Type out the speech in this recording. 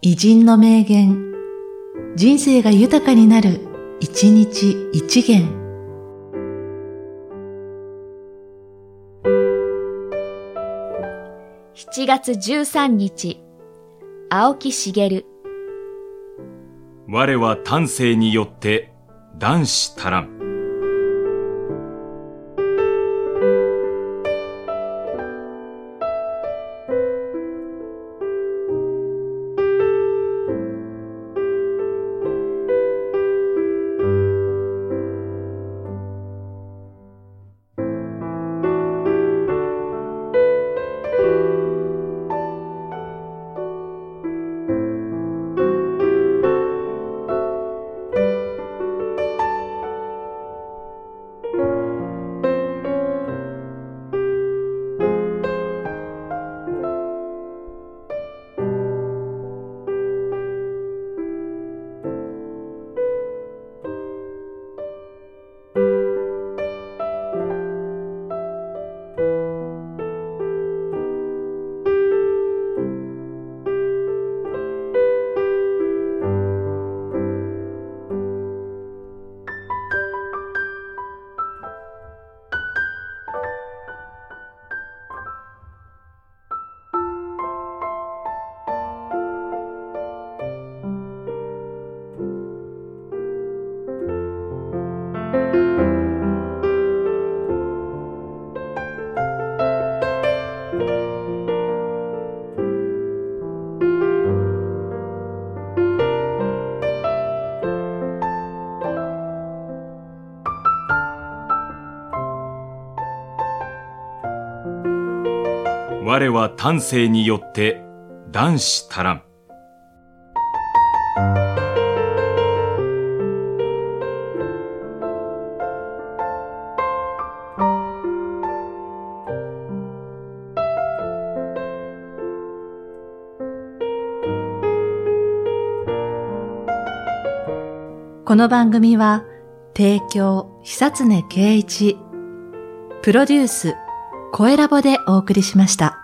偉人の名言、人生が豊かになる、一日一元。 7月13日、青木茂。 我は丹精によって男子足らん。我は丹精によって男子足らん。 この番組は提供久常圭一、プロデュース声ラボでお送りしました。